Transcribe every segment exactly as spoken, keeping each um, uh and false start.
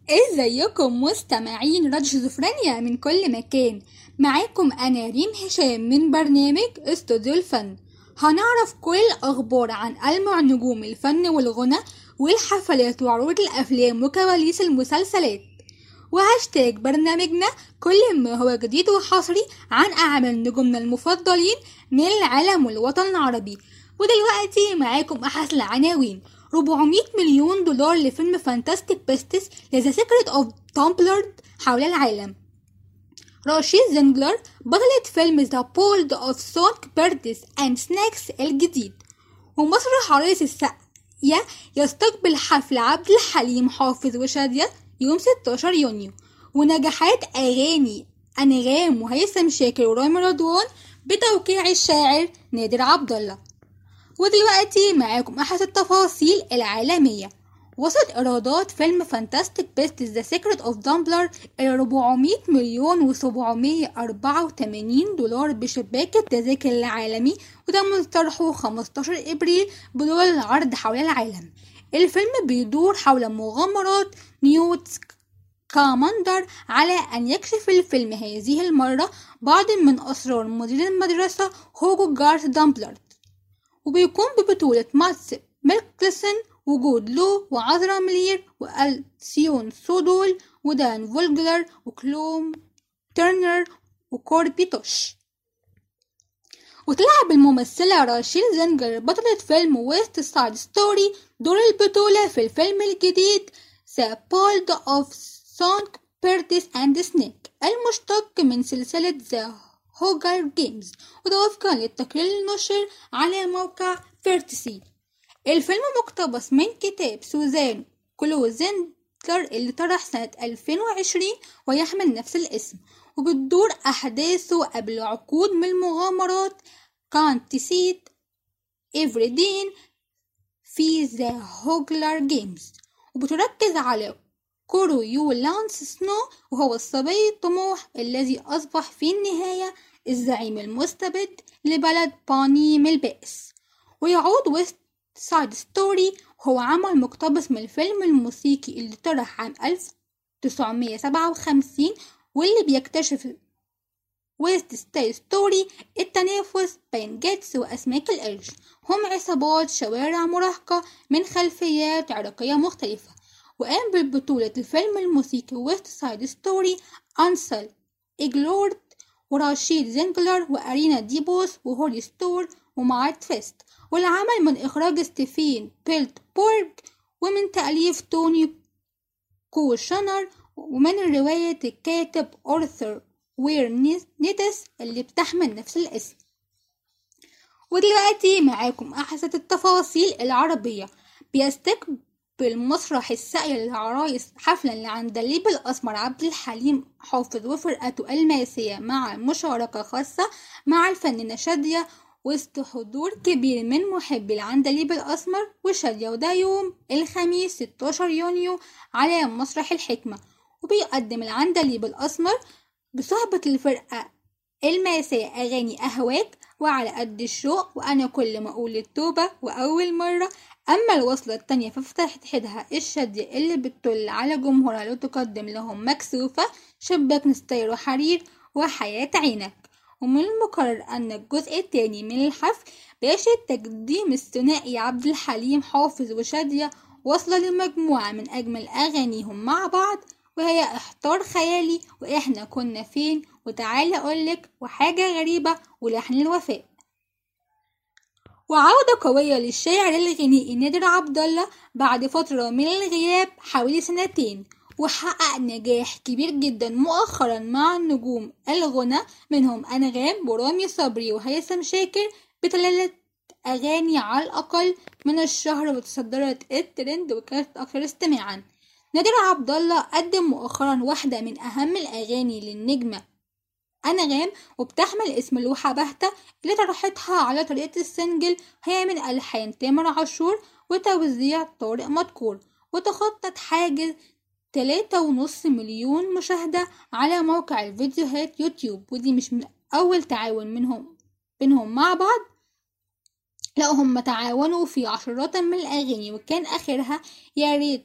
ازيكم مستمعين راديو شيزوفرينيا من كل مكان. معاكم انا ريم هشام من برنامج استوديو الفن. هنعرف كل الاخبار عن ألمع نجوم الفن والغنى والحفلات وعروض الافلام وكواليس المسلسلات. وهاشتاج برنامجنا كل ما هو جديد وحصري عن اعمال نجومنا المفضلين من العالم والوطن العربي. ودلوقتي معاكم احدث العناوين: أربعمية مليون دولار لفيلم فانتاستيك بيستس لذا سيكريت اوف دامبلر حول العالم. راشيد زنجلر بطلة فيلم ذا بولد اوف سونك بيردز اند سناكس الجديد. ومسرح عريس السقية يستقبل حفل عبد الحليم حافظ وشادية يوم ستاشر يونيو. ونجاحات أغاني أنغام وهيثم شاكر ورامي رضوان بتوقيع الشاعر نادر عبد الله. ودلوقتي معاكم أحد التفاصيل العالمية. وصلت إيرادات فيلم فانتاستيك بيست ذا سيكريت اوف دامبلر إلى أربعمية مليون وسبعمية أربعة وتمانين دولار بشباك التذاكر العالمي، وتم طرحه خمستاشر إبريل بدول العرض حول العالم. الفيلم بيدور حول مغامرات نيوت كاماندر على أن يكشف الفيلم هذه المرة بعض من أسرار مدير المدرسة هوجو جارث دامبلر. وبيكون ببطولة ماتس ميكلسن وجود لو وعذرا ملير والسيون سودول ودان فولجلر وكلوم تيرنر وكوربي توش. وتلعب الممثلة راشيل زنجر بطلة فيلم ويست سايد ستوري دور البطولة في الفيلم الجديد The Bold of Songbirds and Snakes المشتق من سلسلة The Hunger Games، وده وفقا للتقرير النشر على موقع فيرتسي. الفيلم مقتبس من كتاب سوزان كلوزنتلر اللي طرح سنة ألفين وعشرين ويحمل نفس الاسم، وبتدور أحداثه قبل عقود من المغامرات كانت تسيد إفريدين في ذا هوجلر جيمز. وبتركز على كورو يو لانس سنو، وهو الصبي الطموح الذي أصبح في النهاية الزعيم المستبد لبلد بانيم البائس. ويعود ويست سايد ستوري هو عمل مقتبس من الفيلم الموسيقي اللي طرح عام ألف وتسعمية سبعة وخمسين، واللي بيكتشف ويست سايد ستوري التنافس بين جيتس وأسماك القرش، هم عصابات شوارع مراهقة من خلفيات عرقية مختلفة. وقام ببطولة الفيلم الموسيقي ويست سايد ستوري أنسل إجلورد وراشيد زنجلر وأرينا ديبوس وهولي ستور ومارت فيست. والعمل من إخراج ستيفين بيلت بورج ومن تأليف توني كوشنر ومن رواية الكاتب أرثر وير نيتس اللي بتحمل نفس الاسم. ودلوقتي معاكم أحدث التفاصيل العربية. بيستقبل مسرح الساقية للعرايس حفلا لعندليب الأسمر عبد الحليم حافظ وفرقته الماسية مع مشاركة خاصة مع الفنانة شادية، وسط حضور كبير من محبي العندليب الأسمر وشادية، وده يوم الخميس ستاشر يونيو على مسرح الحكمة. وبيقدم العندليب الأسمر بصحبة الفرقة الماسية أغاني أهواك وعلى قد الشوق وأنا كل ما أقول التوبة وأول مرة. أما الوصلة التانية ففتحت حدها الشادية اللي بتطل على جمهورها وتقدم لهم مكسوفة شباك نستير وحرير وحياة عينك. ومن المقرر أن الجزء الثاني من الحفل بيشهد تقديم الثنائي عبد الحليم حافظ وشادية وصل لمجموعة من أجمل أغانيهم مع بعض، وهي احتار خيالي وإحنا كنا فين وتعالى أقولك وحاجة غريبة ولحن الوفاء. وعودة قوية للشاعر الغنائي نادر عبد الله بعد فترة من الغياب حوالي سنتين، وحقق نجاح كبير جدا مؤخرا مع النجوم الغنى منهم أنغام ورامي صبري وهيثم شاكر بثلاث أغاني على الأقل من الشهر وتصدرت الترند وكانت أكثر استماعا. نادر عبد الله قدم مؤخرا واحدة من أهم الأغاني للنجمة أنغام وبتحمل اسم لوحة باهتة اللي طرحتها على طريقة السنجل، هي من ألحان تامر عاشور وتوزيع طارق مدكور، وتخطت حاجز تلاتة ونص مليون مشاهدة على موقع الفيديوهات يوتيوب. ودي مش من أول تعاون منهم بينهم مع بعض، لا هم تعاونوا في عشرات من الأغاني، وكان آخرها يا ريت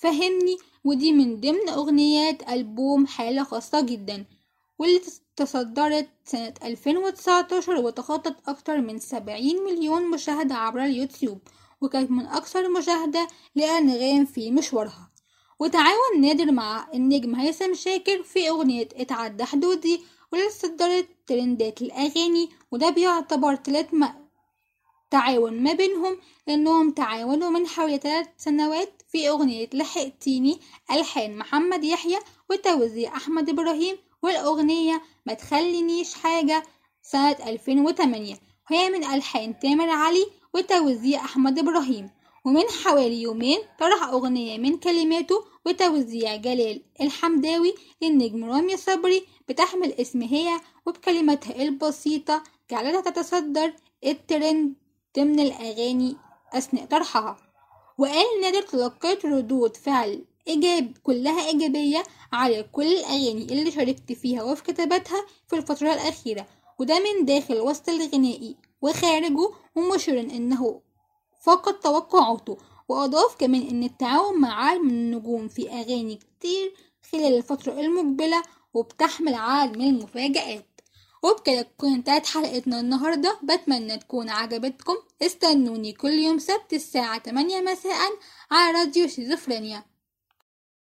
فهمني، ودي من ضمن أغنيات ألبوم حالة خاصة جدا، واللي تصدرت سنة ألفين وتسعتاشر وتخطت أكتر من سبعين مليون مشاهدة عبر اليوتيوب، وكانت من أكثر مشاهدة لأنغام في مشوارها. وتعاون نادر مع النجم هيثم شاكر في أغنية اتعدى حدودي، واللي صدرت ترندات الأغاني، وده بيعتبر تلات م... تعاون ما بينهم، لأنهم تعاونوا من حوالي ثلاث سنوات في أغنية لحقتيني ألحان محمد يحيى وتوزيع أحمد إبراهيم، والأغنية ما تخلينيش حاجة سنة ألفين وتمانية، وهي من ألحان تامر علي وتوزيع أحمد إبراهيم. ومن حوالي يومين طرح أغنية من كلماته وتوزيع جلال الحمداوي للنجم رامي صبري بتحمل اسم هي، وبكلماتها البسيطة جعلتها تتصدر الترند ضمن الأغاني أثناء طرحها. وقال نادر تلقيت ردود فعل إيجاب كلها إيجابية على كل الأغاني اللي شاركت فيها وفي كتاباتها في الفترة الأخيرة، وده من داخل الوسط الغنائي وخارجه، ومشير إنه فقد توقعاته. وأضاف كمان إن التعاون مع عالم النجوم في أغاني كتير خلال الفترة المقبلة وبتحمل عدد من المفاجآت. وبكده تكون انتهت حلقتنا النهاردة، بتمنى تكون عجبتكم. استنوني كل يوم سبت الساعة تمانية مساء على راديو شيزوفرينيا.